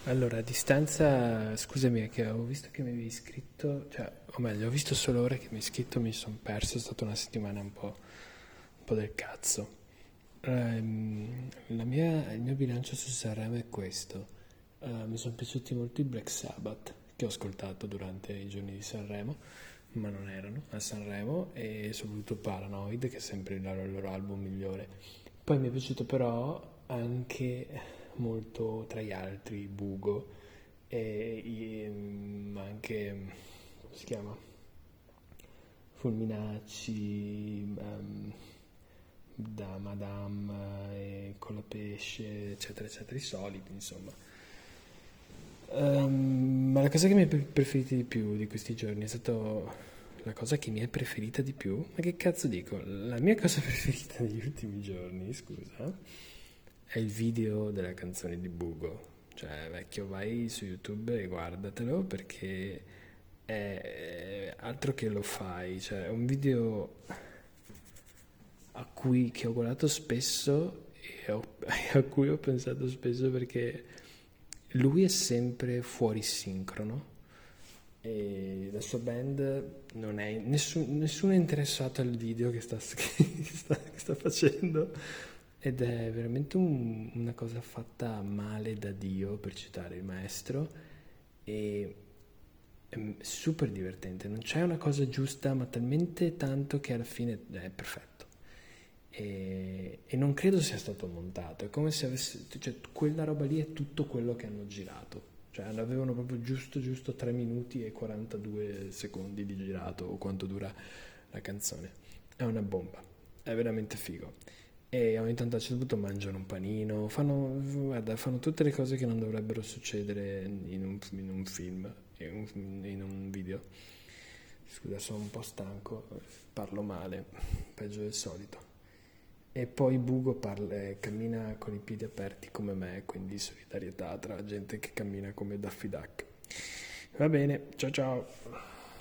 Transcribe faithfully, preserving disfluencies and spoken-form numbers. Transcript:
Allora, a distanza, scusami, è che ho visto che mi avevi iscritto, cioè, o meglio, ho visto solo ora che mi hai iscritto, mi sono perso, è stata una settimana un po', un po' del cazzo. Ehm, la mia- il mio bilancio su Sanremo è questo. Eh, mi sono piaciuti molto i Black Sabbath, che ho ascoltato durante i giorni di Sanremo, ma non erano a Sanremo, e soprattutto Paranoid, che è sempre il loro, il loro album migliore. Poi mi è piaciuto però anche molto, tra gli altri, Bugo e i- mm, anche, come si chiama? Fulminacci, ehm, da Madame e Colapesce, eccetera, eccetera, i soliti, insomma. Ehm, ma la cosa che mi è pre- preferita di più di questi giorni è stata la cosa che mi è preferita di più? Ma che cazzo dico? La mia cosa preferita degli ultimi giorni, scusa, è il video della canzone di Bugo. Cioè, vecchio, vai su YouTube e guardatelo perché è altro che lo fai. Cioè, è un video a cui che ho guardato spesso e ho- a cui ho pensato spesso perché lui è sempre fuori sincrono e la sua band non è nessun- nessuno è interessato al video che sta, che sta, che sta facendo ed è veramente un- una cosa fatta male da Dio, per citare il maestro, e è super divertente, non c'è una cosa giusta ma talmente tanto che alla fine è perfetto. E, e non credo sia stato montato, è come se avesse, cioè, quella roba lì è tutto quello che hanno girato, cioè avevano proprio giusto giusto tre minuti e quarantadue secondi di girato o quanto dura la canzone. È una bomba, è veramente figo. E ogni tanto a un certo punto mangiano un panino, fanno, guarda, fanno tutte le cose che non dovrebbero succedere in un, in un film, in un, in un video. Scusa, sono un po' stanco, parlo male, peggio del solito. E poi Bugo parla, eh, cammina con i piedi aperti come me, quindi solidarietà tra la gente che cammina come Daffy Duck. Va bene, ciao ciao.